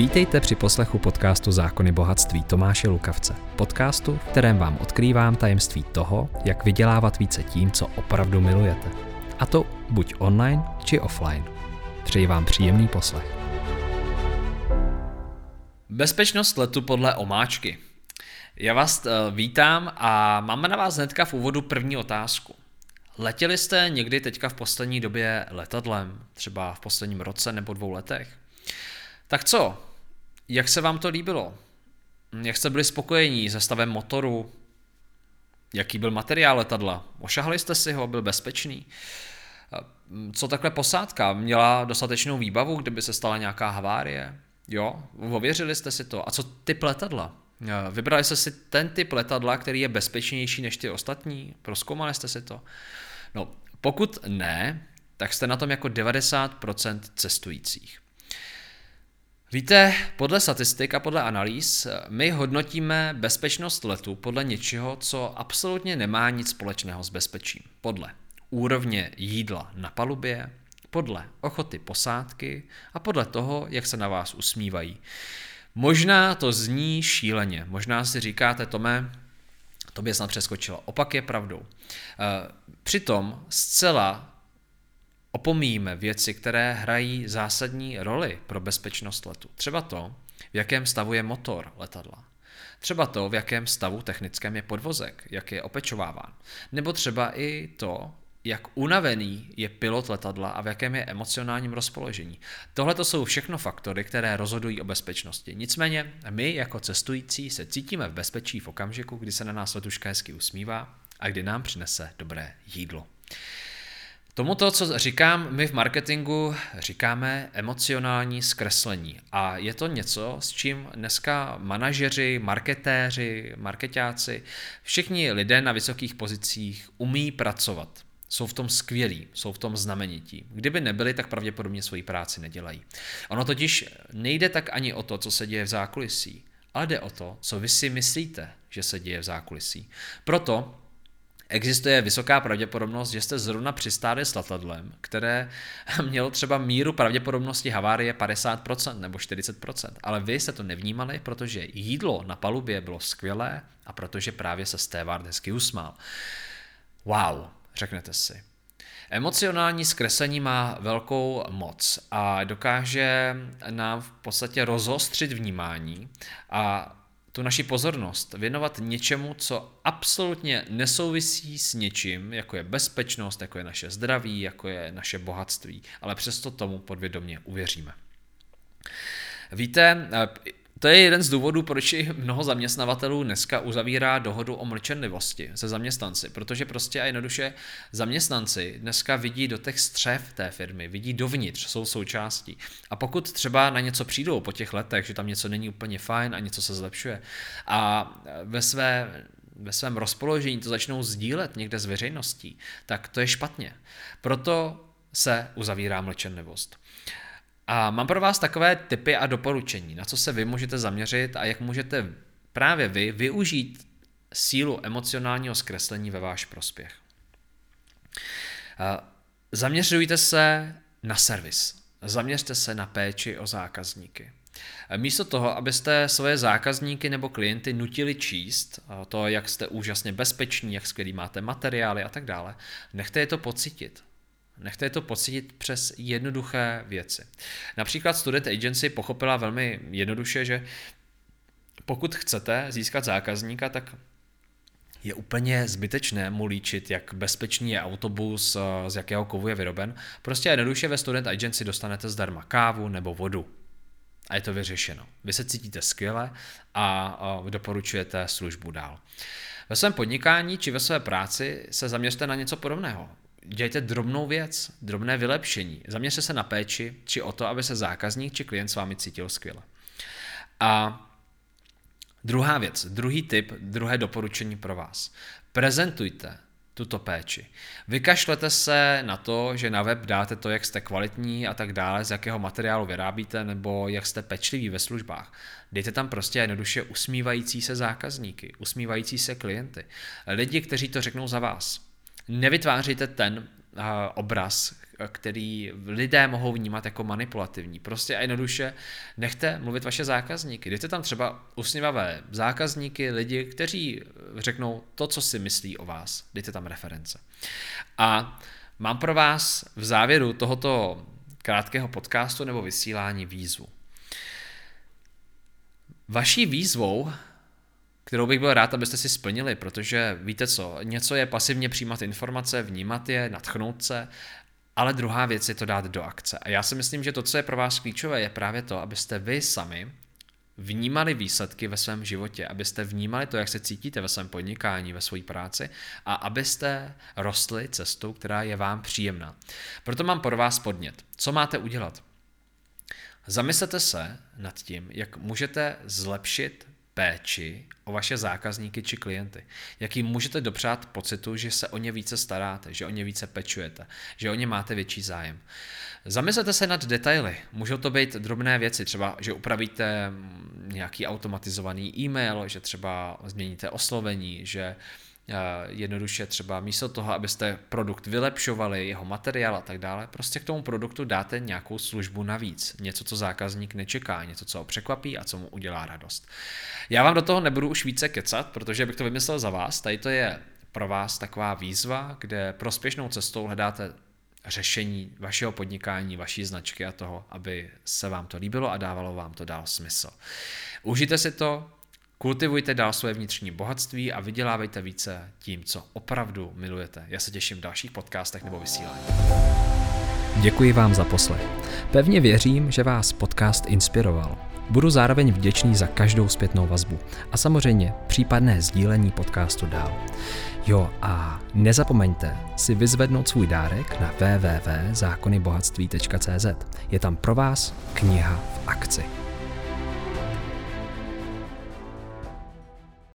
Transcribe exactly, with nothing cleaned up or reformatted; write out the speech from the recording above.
Vítejte při poslechu podcastu Zákony bohatství Tomáše Lukavce. Podcastu, v kterém vám odkrývám tajemství toho, jak vydělávat více tím, co opravdu milujete. A to buď online, či offline. Přeji vám příjemný poslech. Bezpečnost letu podle omáčky. Já vás vítám a máme na vás hnedka v úvodu první otázku. Letěli jste někdy teďka v poslední době letadlem, třeba v posledním roce nebo dvou letech? Tak co? Jak se vám to líbilo? Jak jste byli spokojení se stavem motoru? Jaký byl materiál letadla? Ošahli jste si ho? Byl bezpečný? Co takhle posádka? Měla dostatečnou výbavu, kdyby se stala nějaká havárie? Jo? Ověřili jste si to? A co typ letadla? Vybrali jste si ten typ letadla, který je bezpečnější než ty ostatní? Prozkoumali jste si to? No, pokud ne, tak jste na tom jako devadesát procent cestujících. Víte, podle statistik a podle analýz my hodnotíme bezpečnost letu podle něčeho, co absolutně nemá nic společného s bezpečím. Podle úrovně jídla na palubě, podle ochoty posádky a podle toho, jak se na vás usmívají. Možná to zní šíleně, možná si říkáte, Tome, to by snad přeskočilo. Opak je pravdou. Přitom zcela opomíjíme věci, které hrají zásadní roli pro bezpečnost letu. Třeba to, v jakém stavu je motor letadla. Třeba to, v jakém stavu technickém je podvozek, jak je opečováván. Nebo třeba i to, jak unavený je pilot letadla a v jakém je emocionálním rozpoložení. Tohle to jsou všechno faktory, které rozhodují o bezpečnosti. Nicméně my jako cestující se cítíme v bezpečí v okamžiku, kdy se na nás letuška hezky usmívá a kdy nám přinese dobré jídlo. Tomuto, co říkám, my v marketingu říkáme emocionální zkreslení. A je to něco, s čím dneska manažeři, marketéři, marketáci, všichni lidé na vysokých pozicích umí pracovat. Jsou v tom skvělí, jsou v tom znamenití. Kdyby nebyli, tak pravděpodobně svoji práci nedělají. Ono totiž nejde tak ani o to, co se děje v zákulisí, ale jde o to, co vy si myslíte, že se děje v zákulisí. Proto existuje vysoká pravděpodobnost, že jste zrovna přistáli s letadlem, které mělo třeba míru pravděpodobnosti havárie padesát procent nebo čtyřicet procent, ale vy jste to nevnímali, protože jídlo na palubě bylo skvělé a protože právě se steward hezky usmál. Wow, řeknete si. Emocionální zkreslení má velkou moc a dokáže nám v podstatě rozostřit vnímání a tu naši pozornost věnovat něčemu, co absolutně nesouvisí s něčím, jako je bezpečnost, jako je naše zdraví, jako je naše bohatství, ale přesto tomu podvědomě uvěříme. Víte, to je jeden z důvodů, proč mnoho zaměstnavatelů dneska uzavírá dohodu o mlčenlivosti se zaměstnanci, protože prostě a jednoduše zaměstnanci dneska vidí do těch střev té firmy, vidí dovnitř, jsou součástí. A pokud třeba na něco přijdou po těch letech, že tam něco není úplně fajn a něco se zlepšuje a ve své ve svém rozpoložení to začnou sdílet někde s veřejností, tak to je špatně. Proto se uzavírá mlčenlivost. A mám pro vás takové tipy a doporučení, na co se vy můžete zaměřit a jak můžete právě vy využít sílu emocionálního zkreslení ve váš prospěch. Zaměřujte se na servis. Zaměřte se na péči o zákazníky. Místo toho, abyste svoje zákazníky nebo klienty nutili číst to, jak jste úžasně bezpeční, jak skvělý máte materiály a tak dále, nechte je to pocítit. Nechte je to pocítit přes jednoduché věci. Například Student Agency pochopila velmi jednoduše, že pokud chcete získat zákazníka, tak je úplně zbytečné mu líčit, jak bezpečný je autobus, z jakého kovu je vyroben. Prostě jednoduše ve Student Agency dostanete zdarma kávu nebo vodu. A je to vyřešeno. Vy se cítíte skvěle a doporučujete službu dál. Ve svém podnikání či ve své práci se zaměřte na něco podobného. Dělejte drobnou věc, drobné vylepšení. Zaměřte se na péči, či o to, aby se zákazník či klient s vámi cítil skvěle. A druhá věc, druhý tip, druhé doporučení pro vás. Prezentujte tuto péči. Vykašlete se na to, že na web dáte to, jak jste kvalitní a tak dále, z jakého materiálu vyrábíte, nebo jak jste pečliví ve službách. Dejte tam prostě jednoduše usmívající se zákazníky, usmívající se klienty. Lidi, kteří to řeknou za vás. Nevytvářejte ten uh, obraz, který lidé mohou vnímat jako manipulativní. Prostě a jednoduše nechte mluvit vaše zákazníky. Dejte tam třeba usměvavé zákazníky, lidi, kteří řeknou to, co si myslí o vás. Dejte tam reference. A mám pro vás v závěru tohoto krátkého podcastu nebo vysílání výzvu. Vaší výzvou, kterou bych byl rád, abyste si splnili, protože víte co, něco je pasivně přijímat informace, vnímat je, nadchnout se, ale druhá věc je to dát do akce. A já si myslím, že to, co je pro vás klíčové, je právě to, abyste vy sami vnímali výsledky ve svém životě, abyste vnímali to, jak se cítíte ve svém podnikání, ve své práci a abyste rostli cestou, která je vám příjemná. Proto mám pro vás podnět. Co máte udělat? Zamyslete se nad tím, jak můžete zlepšit péči o vaše zákazníky či klienty. Jak jim můžete dopřát pocitu, že se o ně více staráte, že o ně více pečujete, že o ně máte větší zájem. Zamyslete se nad detaily. Můžou to být drobné věci, třeba, že upravíte nějaký automatizovaný e-mail, že třeba změníte oslovení, že jednoduše třeba místo toho, abyste produkt vylepšovali, jeho materiál a tak dále, prostě k tomu produktu dáte nějakou službu navíc. Něco, co zákazník nečeká, něco, co ho překvapí a co mu udělá radost. Já vám do toho nebudu už více kecat, protože bych to vymyslel za vás. Tady to je pro vás taková výzva, kde prospěšnou cestou hledáte řešení vašeho podnikání, vaší značky a toho, aby se vám to líbilo a dávalo vám to dál smysl. Užijte si to, kultivujte dál své vnitřní bohatství a vydělávejte více tím, co opravdu milujete. Já se těším v dalších podcastech nebo vysílání. Děkuji vám za poslech. Pevně věřím, že vás podcast inspiroval. Budu zároveň vděčný za každou zpětnou vazbu a samozřejmě případné sdílení podcastu dál. Jo a nezapomeňte si vyzvednout svůj dárek na w w w tečka zákony bohatství tečka c z. Je tam pro vás kniha v akci.